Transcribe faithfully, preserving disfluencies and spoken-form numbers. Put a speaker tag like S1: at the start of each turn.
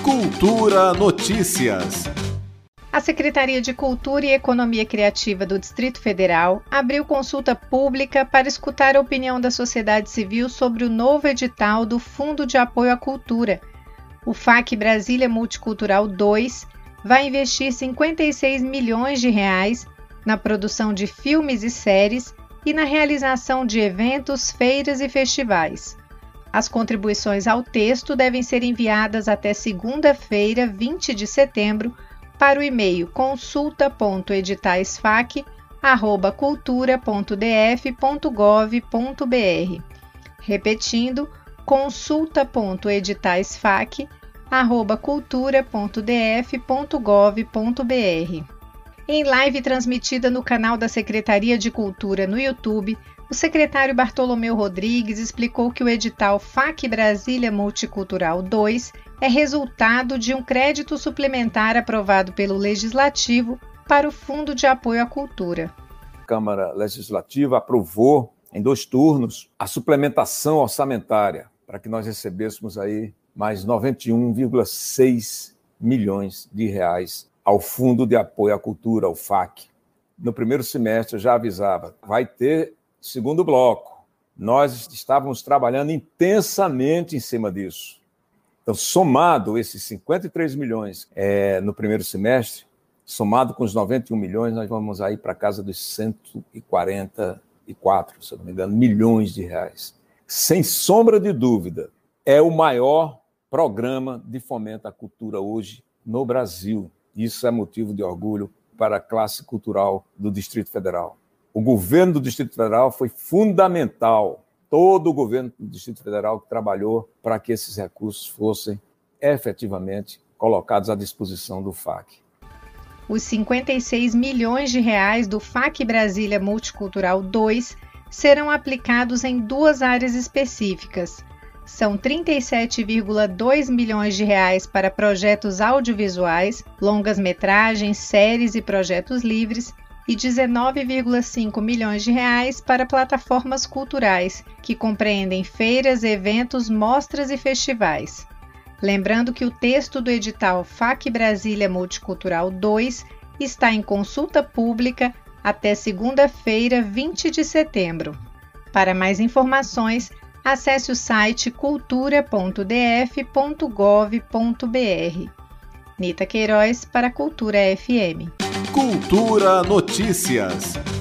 S1: Cultura Notícias.
S2: A Secretaria de Cultura e Economia Criativa do Distrito Federal abriu consulta pública para escutar a opinião da sociedade civil sobre o novo edital do Fundo de Apoio à Cultura. O F A C Brasília Multicultural dois vai investir cinquenta e seis milhões de reais na produção de filmes e séries e na realização de eventos, feiras e festivais. As contribuições ao texto devem ser enviadas até segunda-feira, vinte de setembro, para o e-mail consulta ponto editaisfac arroba cultura ponto d f ponto gov ponto b r. Repetindo, consulta ponto editaisfac arroba cultura ponto d f ponto gov ponto b r. Em live transmitida no canal da Secretaria de Cultura no YouTube, o secretário Bartolomeu Rodrigues explicou que o edital F A C Brasília Multicultural dois é resultado de um crédito suplementar aprovado pelo Legislativo para o Fundo de Apoio à Cultura.
S3: A Câmara Legislativa aprovou, em dois turnos, a suplementação orçamentária para que nós recebêssemos aí mais noventa e um vírgula seis milhões de reais ao Fundo de Apoio à Cultura, ao F A C. No primeiro semestre, eu já avisava, vai ter segundo bloco. Nós estávamos trabalhando intensamente em cima disso. Então, somado esses cinquenta e três milhões é, no primeiro semestre, somado com os noventa e um milhões, nós vamos aí para casa dos cento e quarenta e quatro, se eu não me engano, milhões de reais. Sem sombra de dúvida, é o maior programa de fomento à cultura hoje no Brasil. Isso é motivo de orgulho para a classe cultural do Distrito Federal. O governo do Distrito Federal foi fundamental, todo o governo do Distrito Federal que trabalhou para que esses recursos fossem efetivamente colocados à disposição do F A C.
S2: Os cinquenta e seis milhões de reais do F A C Brasília Multicultural dois serão aplicados em duas áreas específicas. São trinta e sete vírgula dois milhões de reais para projetos audiovisuais, longas-metragens, séries e projetos livres, e dezenove vírgula cinco milhões de reais para plataformas culturais, que compreendem feiras, eventos, mostras e festivais. Lembrando que o texto do edital F A C Brasília Multicultural dois está em consulta pública até segunda-feira, vinte de setembro. Para mais informações, acesse o site cultura ponto d f ponto gov ponto b r. Nita Queiroz para Cultura F M.
S1: Cultura Notícias.